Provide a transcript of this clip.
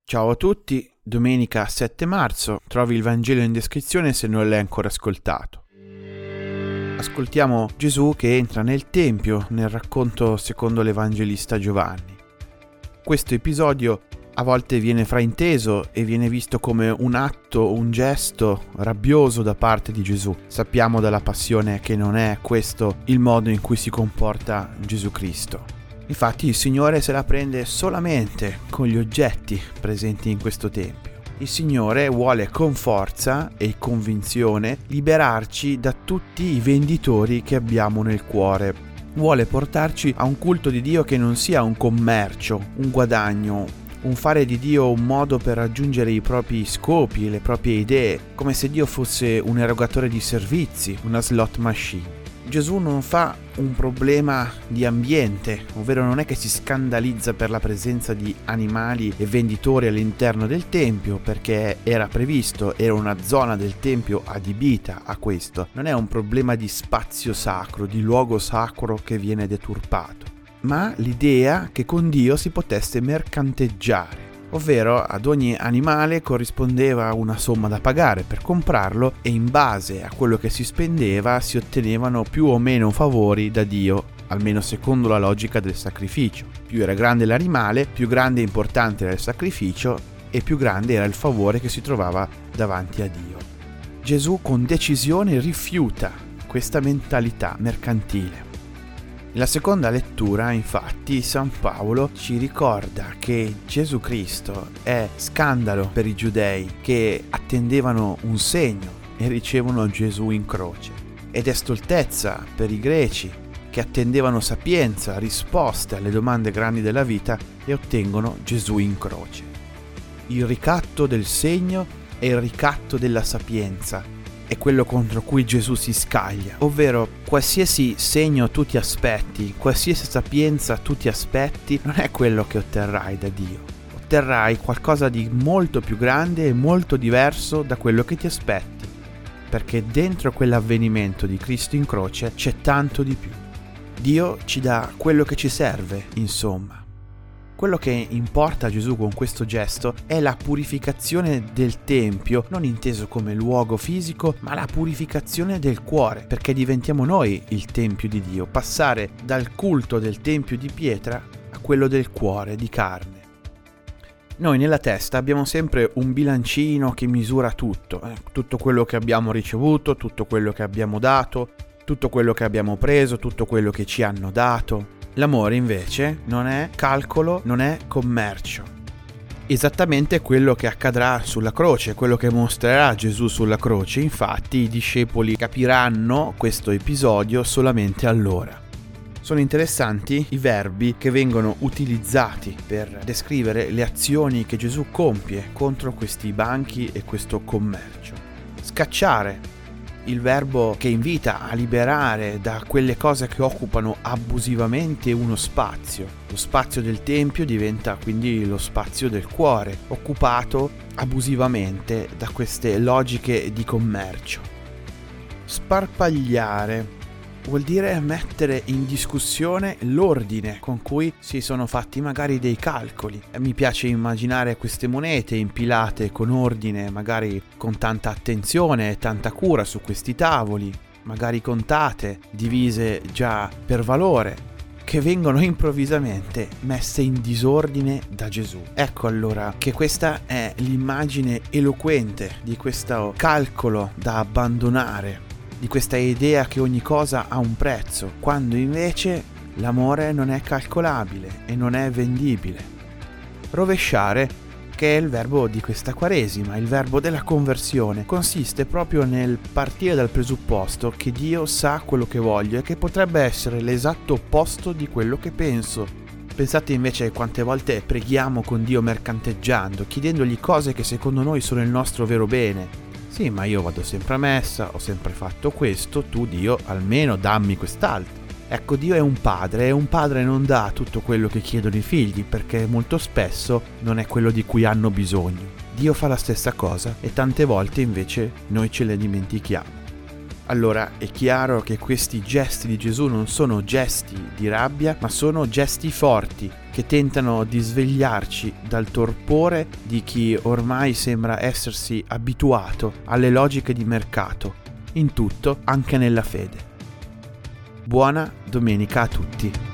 Ciao a tutti, domenica 7 marzo, trovi il Vangelo in descrizione se non l'hai ancora ascoltato. Ascoltiamo Gesù che entra nel Tempio nel racconto secondo l'Evangelista Giovanni. Questo episodio a volte viene frainteso e viene visto come un atto, un gesto rabbioso da parte di Gesù. Sappiamo dalla Passione che non è questo il modo in cui si comporta Gesù Cristo. Infatti il Signore se la prende solamente con gli oggetti presenti in questo Tempio. Il Signore vuole con forza e convinzione liberarci da tutti i venditori che abbiamo nel cuore. Vuole portarci a un culto di Dio che non sia un commercio, un guadagno, un fare di Dio un modo per raggiungere i propri scopi, le proprie idee, come se Dio fosse un erogatore di servizi, una slot machine. Gesù non fa un problema di ambiente, ovvero non è che si scandalizza per la presenza di animali e venditori all'interno del Tempio, perché era previsto, era una zona del Tempio adibita a questo. Non è un problema di spazio sacro, di luogo sacro che viene deturpato, ma l'idea che con Dio si potesse mercanteggiare. Ovvero ad ogni animale corrispondeva una somma da pagare per comprarlo e in base a quello che si spendeva si ottenevano più o meno favori da Dio, almeno secondo la logica del sacrificio. Più era grande l'animale, più grande e importante era il sacrificio e più grande era il favore che si trovava davanti a Dio. Gesù con decisione rifiuta questa mentalità mercantile. Nella seconda lettura, infatti, San Paolo ci ricorda che Gesù Cristo è scandalo per i giudei che attendevano un segno e ricevono Gesù in croce, ed è stoltezza per i greci che attendevano sapienza, risposte alle domande grandi della vita e ottengono Gesù in croce. Il ricatto del segno e il ricatto della sapienza è quello contro cui Gesù si scaglia, ovvero qualsiasi segno tu ti aspetti, qualsiasi sapienza tu ti aspetti, non è quello che otterrai da Dio. Otterrai qualcosa di molto più grande e molto diverso da quello che ti aspetti, perché dentro quell'avvenimento di Cristo in croce c'è tanto di più. Dio ci dà quello che ci serve, insomma. Quello che importa a Gesù con questo gesto è la purificazione del Tempio, non inteso come luogo fisico, ma la purificazione del cuore, perché diventiamo noi il Tempio di Dio, passare dal culto del Tempio di pietra a quello del cuore, di carne. Noi nella testa abbiamo sempre un bilancino che misura tutto quello che abbiamo ricevuto, tutto quello che abbiamo dato, tutto quello che abbiamo preso, tutto quello che ci hanno dato. L'amore invece non è calcolo, non è commercio. Esattamente quello che accadrà sulla croce, quello che mostrerà Gesù sulla croce. Infatti i discepoli capiranno questo episodio solamente allora. Sono interessanti i verbi che vengono utilizzati per descrivere le azioni che Gesù compie contro questi banchi e questo commercio. Scacciare, il verbo che invita a liberare da quelle cose che occupano abusivamente uno spazio. Lo spazio del Tempio diventa quindi lo spazio del cuore, occupato abusivamente da queste logiche di commercio. Sparpagliare vuol dire mettere in discussione l'ordine con cui si sono fatti magari dei calcoli. Mi piace immaginare queste monete impilate con ordine, magari con tanta attenzione e tanta cura su questi tavoli, magari contate, divise già per valore, che vengono improvvisamente messe in disordine da Gesù. Ecco allora che questa è l'immagine eloquente di questo calcolo da abbandonare, di questa idea che ogni cosa ha un prezzo, quando invece l'amore non è calcolabile e non è vendibile. Rovesciare, che è il verbo di questa Quaresima, il verbo della conversione, consiste proprio nel partire dal presupposto che Dio sa quello che voglio e che potrebbe essere l'esatto opposto di quello che penso. Pensate invece quante volte preghiamo con Dio mercanteggiando, chiedendogli cose che secondo noi sono il nostro vero bene. Sì, ma io vado sempre a messa, ho sempre fatto questo, tu Dio almeno dammi quest'altro. Ecco, Dio è un padre e un padre non dà tutto quello che chiedono i figli, perché molto spesso non è quello di cui hanno bisogno. Dio fa la stessa cosa e tante volte invece noi ce le dimentichiamo. Allora è chiaro che questi gesti di Gesù non sono gesti di rabbia, ma sono gesti forti che tentano di svegliarci dal torpore di chi ormai sembra essersi abituato alle logiche di mercato, in tutto, anche nella fede. Buona domenica a tutti.